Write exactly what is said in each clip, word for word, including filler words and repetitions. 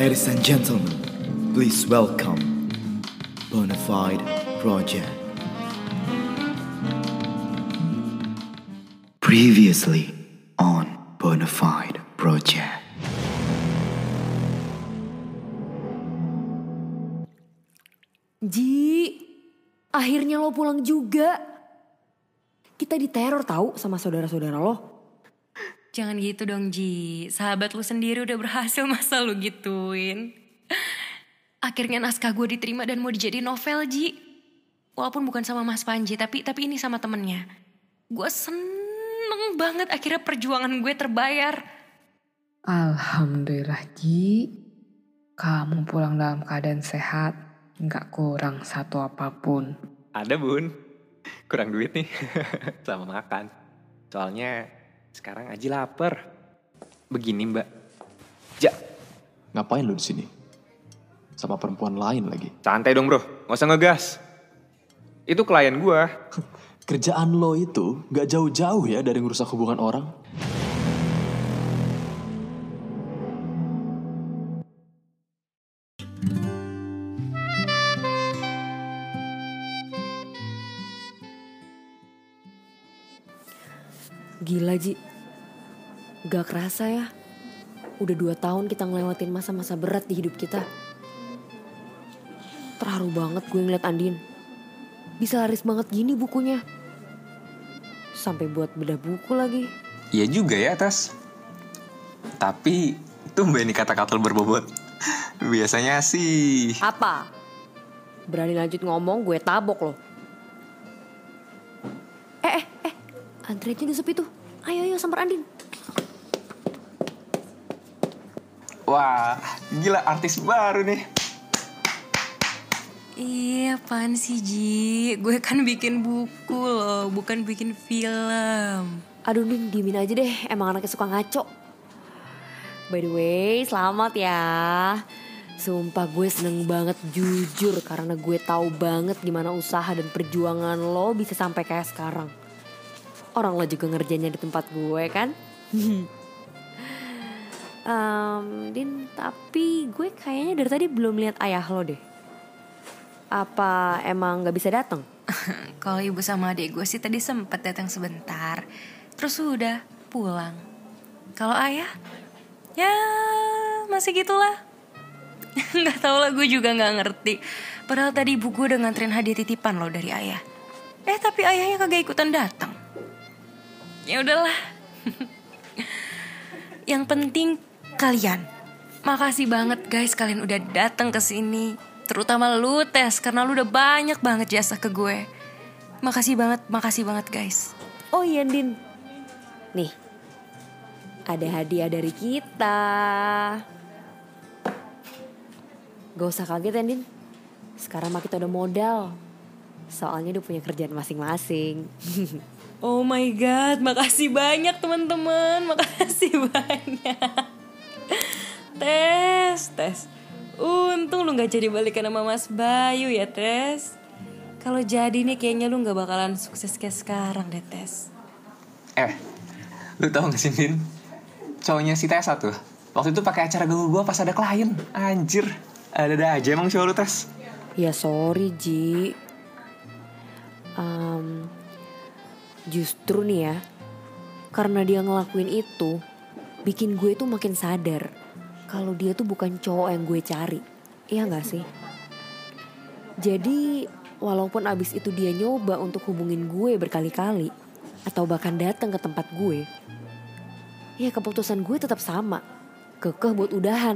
Ladies and gentlemen, please welcome Bonafide Project. Previously on Bonafide Project. Ji, akhirnya lo pulang juga. Kita diteror tahu sama saudara-saudara lo. Jangan gitu dong Ji, sahabat lu sendiri udah berhasil masa lu gituin. Akhirnya naskah gue diterima dan mau dijadiin novel Ji. Walaupun bukan sama Mas Panji, tapi tapi ini sama temennya. Gue seneng banget akhirnya perjuangan gue terbayar. Alhamdulillah Ji, kamu pulang dalam keadaan sehat, gak kurang satu apapun. Ada bun, kurang duit nih sama makan. Soalnya sekarang Aji lapar. Begini Mbak. Ja. Ngapain lu di sini? Sama perempuan lain lagi. Santai dong bro, gak usah ngegas. Itu klien gua. Kerjaan lo itu gak jauh-jauh ya dari ngerusak hubungan orang. Gila Ji, gak kerasa ya. Udah dua tahun kita ngelewatin masa-masa berat di hidup kita. Terharu banget gue ngeliat Andin. Bisa laris banget gini bukunya. Sampai buat bedah buku lagi. Iya juga ya Tas. Tapi tumben nih kata-kata berbobot. Biasanya sih. Apa? Berani lanjut ngomong gue tabok loh. Eh eh eh, antriannya udah sepi tuh. Ayo ayo samper Andin. Wah, gila artis baru nih. Iya apaan sih Ji, gue kan bikin buku loh, bukan bikin film. Aduh Din, diemin aja deh, emang anaknya suka ngaco. By the way, selamat ya. Sumpah gue seneng banget jujur, karena gue tahu banget gimana usaha dan perjuangan lo bisa sampai kayak sekarang. Orang lo juga ngerjainnya di tempat gue kan. um, Din, tapi gue kayaknya dari tadi belum lihat ayah lo deh. Apa emang gak bisa datang? Kalau ibu sama adik gue sih tadi sempet datang sebentar, terus udah pulang. Kalau ayah, ya masih gitulah. Gak tau lah, gue juga gak ngerti. Padahal tadi ibu gue udah nganterin hadiah titipan loh dari ayah. Eh tapi ayahnya kagak ikutan datang. Ya udahlah. Yang penting kalian, makasih banget guys kalian udah datang ke sini. Terutama lu Tes, karena lu udah banyak banget jasa ke gue. Makasih banget, makasih banget guys. Oh iya Din, nih ada hadiah dari kita. Gak usah kaget ya Din, sekarang mah kita udah modal. Soalnya udah punya kerjaan masing-masing. Oh my god, makasih banyak teman-teman, makasih banyak. Tes, Tes. Untung lu gak jadi balikan sama Mas Bayu ya Tes. Kalau jadi nih kayaknya lu gak bakalan sukses kayak sekarang deh Tes. Eh, lu tau gak sih Din? Cowoknya si Tessa tuh waktu itu pakai acara gaul gua pas ada klien. Anjir, ada-ada aja emang cowok lu Tes. Ya sorry Ji. um, Justru nih ya, karena dia ngelakuin itu, bikin gue tuh makin sadar kalau dia tuh bukan cowok yang gue cari. Iya gak sih? Jadi walaupun abis itu dia nyoba untuk hubungin gue berkali-kali, atau bahkan datang ke tempat gue, ya keputusan gue tetap sama, kekeh buat udahan.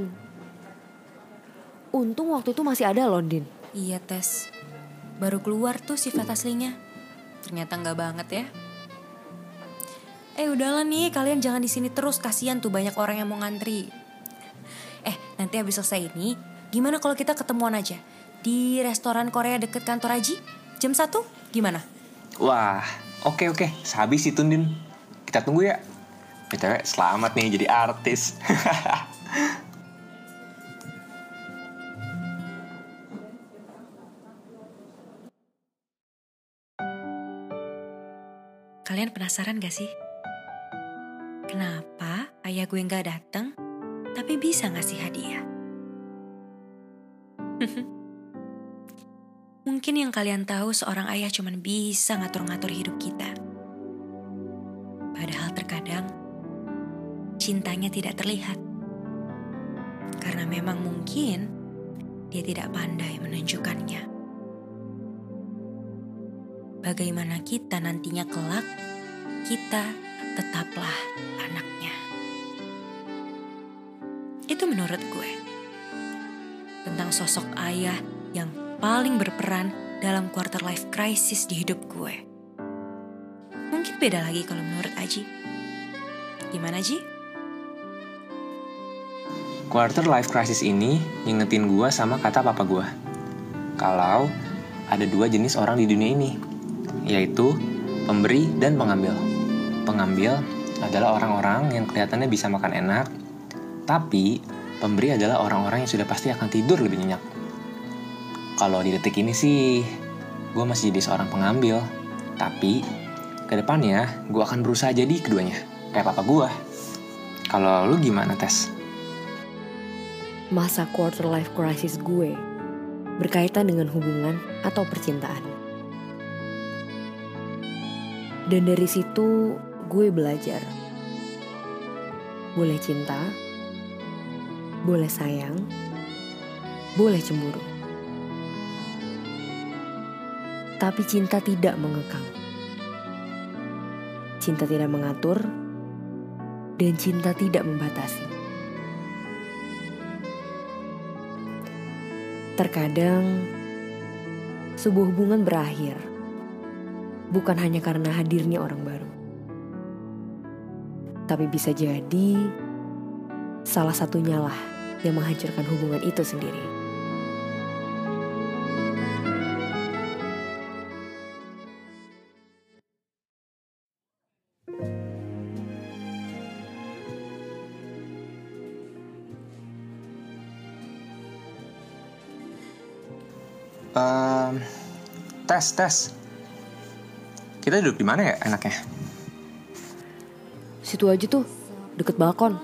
Untung waktu itu masih ada Londin. Iya Tes, baru keluar tuh sifat aslinya. Ternyata gak banget ya. Eh udahlah nih, kalian jangan di sini terus, kasihan tuh banyak orang yang mau ngantri. Eh nanti habis selesai ini, gimana kalau kita ketemuan aja di restoran Korea deket kantor Aji jam satu, gimana? Wah, oke oke, sehabis itu Din. Kita tunggu ya. B T W selamat nih jadi artis. Kalian penasaran gak sih? Kenapa ayah gue gak datang, tapi bisa ngasih hadiah? Mungkin yang kalian tahu seorang ayah cuma bisa ngatur-ngatur hidup kita. Padahal terkadang cintanya tidak terlihat. Karena memang mungkin dia tidak pandai menunjukkannya. Bagaimana kita nantinya kelak, kita tetaplah anaknya. Itu menurut gue. Tentang sosok ayah yang paling berperan dalam quarter life crisis di hidup gue. Mungkin beda lagi kalau menurut Aji. Gimana Ji? Quarter life crisis ini ngingetin gue sama kata papa gue. Kalau ada dua jenis orang di dunia ini, yaitu pemberi dan pengambil. Pengambil adalah orang-orang yang kelihatannya bisa makan enak, tapi pemberi adalah orang-orang yang sudah pasti akan tidur lebih nyenyak. Kalau di detik ini sih, gue masih jadi seorang pengambil. Tapi, kedepannya gue akan berusaha jadi keduanya. Kayak papa gue. Kalau lu gimana, Tes? Masa quarter life crisis gue berkaitan dengan hubungan atau percintaan. Dan dari situ gue belajar. Boleh cinta, boleh sayang, boleh cemburu. Tapi cinta tidak mengekang. Cinta tidak mengatur, dan cinta tidak membatasi. Terkadang, sebuah hubungan berakhir, bukan hanya karena hadirnya orang baru. Tapi bisa jadi, salah satunya lah yang menghancurkan hubungan itu sendiri. Um, tes, tes. Kita duduk di mana ya enaknya? Situ aja tuh, deket balkon.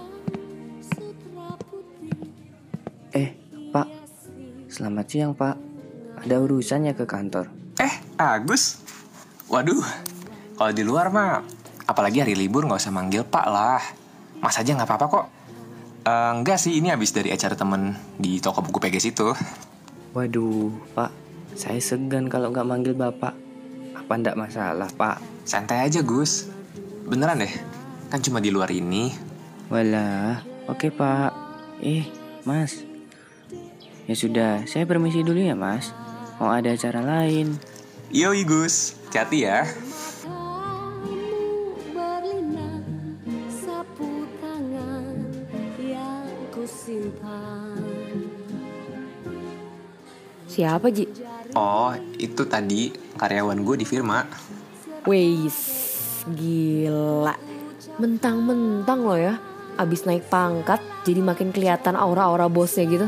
Eh, Pak. Selamat siang, Pak. Ada urusannya ke kantor. Eh, Agus. Waduh, kalau di luar mah, apalagi hari libur gak usah manggil Pak lah. Mas aja gak apa-apa kok. Uh, enggak sih, ini habis dari acara temen di toko buku P G S itu. Waduh, Pak. Saya segan kalau gak manggil Bapak. Apa ndak masalah, Pak? Santai aja, Gus. Beneran deh, kan cuma di luar ini. Walah, oke Pak. Eh, Mas. Ya sudah, saya permisi dulu ya, Mas. Mau ada acara lain. Yoi, Gus. Hati-hati ya. Siapa, Ji? Oh, itu tadi karyawan gue di firma. Weis, gila. Mentang-mentang lo ya, abis naik pangkat jadi makin kelihatan aura-aura bosnya gitu.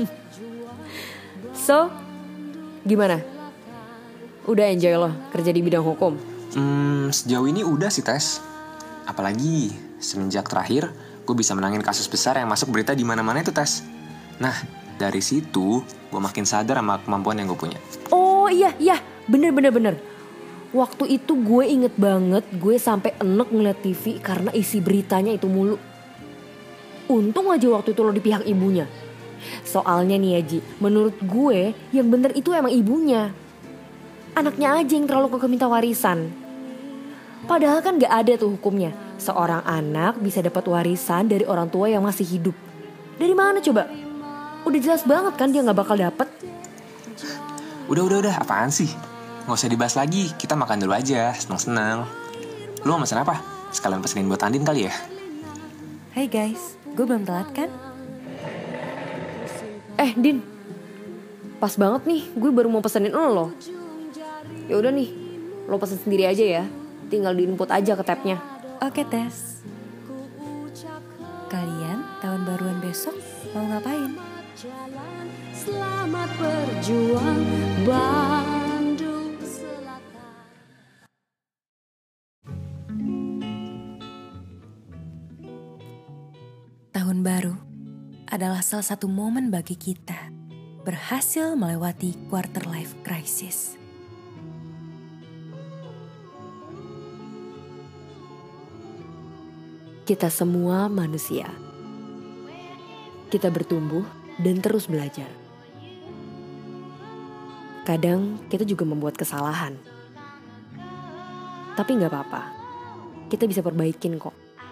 So, gimana? Udah enjoy lo kerja di bidang hukum? Hmm, sejauh ini udah sih, Tes. Apalagi semenjak terakhir gue bisa menangin kasus besar yang masuk berita di mana-mana itu, Tes. Nah, dari situ gue makin sadar sama kemampuan yang gue punya. Oh iya, iya, bener bener bener. Waktu itu gue inget banget gue sampai enek ngeliat T V karena isi beritanya itu mulu. Untung aja waktu itu lo di pihak ibunya. Soalnya nih ya Ji, menurut gue yang bener itu emang ibunya. Anaknya aja yang terlalu keke minta warisan. Padahal kan gak ada tuh hukumnya. Seorang anak bisa dapat warisan dari orang tua yang masih hidup. Dari mana coba? Udah jelas banget kan dia gak bakal dapet. Udah, udah, udah. Apaan sih? Gak usah dibahas lagi. Kita makan dulu aja. Seneng-seneng. Lu mau pesen apa? Sekalian pesenin buat Andin kali ya? Hai guys, gue belum telat kan? Eh Din, pas banget nih gue baru mau pesenin lo. Ya udah nih, lo pesen sendiri aja ya. Tinggal di-input aja ke tabnya. Oke Tes. Kalian tahun baruan besok mau ngapain? Selamat berjuang Bandung Selatan. Tahun baru adalah salah satu momen bagi kita berhasil melewati quarter life crisis. Kita semua manusia. Kita bertumbuh dan terus belajar. Kadang kita juga membuat kesalahan. Tapi gak apa-apa. Kita bisa perbaikin kok.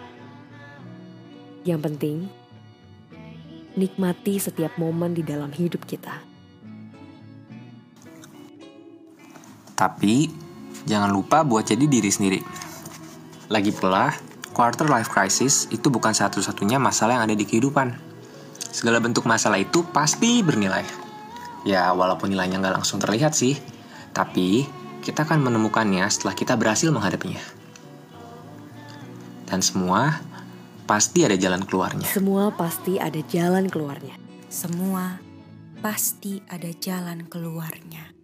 Yang penting, nikmati setiap momen di dalam hidup kita. Tapi, jangan lupa buat jadi diri sendiri. Lagi pula, quarter life crisis itu bukan satu-satunya masalah yang ada di kehidupan. Segala bentuk masalah itu pasti bernilai. Ya, walaupun nilainya nggak langsung terlihat sih, tapi kita akan menemukannya setelah kita berhasil menghadapinya. Dan semua pasti ada jalan keluarnya. Semua pasti ada jalan keluarnya. Semua pasti ada jalan keluarnya.